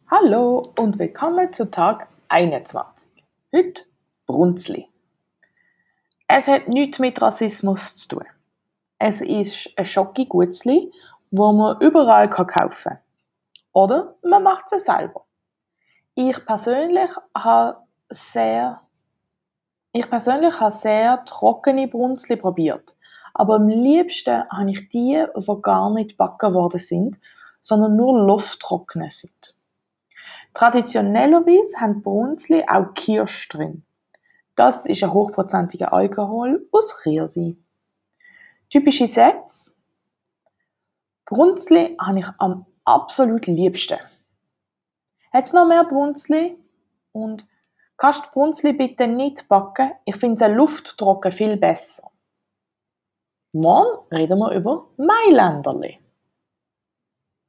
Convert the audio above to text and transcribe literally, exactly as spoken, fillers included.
Hallo und willkommen zu Tag einundzwanzig. Heute Brunzli. Es hat nichts mit Rassismus zu tun. Es ist ein Schoki-Gutzli, wo man überall kaufen kann. Oder man macht es selber. Ich persönlich habe sehr, ich persönlich habe sehr trockene Brunzli probiert. Aber am liebsten habe ich die, die gar nicht gebacken worden sind, sondern nur lufttrocknet sind. Traditionellerweise haben Brunzli auch Kirsch drin. Das ist ein hochprozentiger Alkohol aus Chiayi. Typische Sätze: Brunzli habe ich am absolut liebsten. Hat es noch mehr Brunzli? Und kannst du Brunzli bitte nicht backen? Ich finde es lufttrocken viel besser. Morgen reden wir über Mailänderli.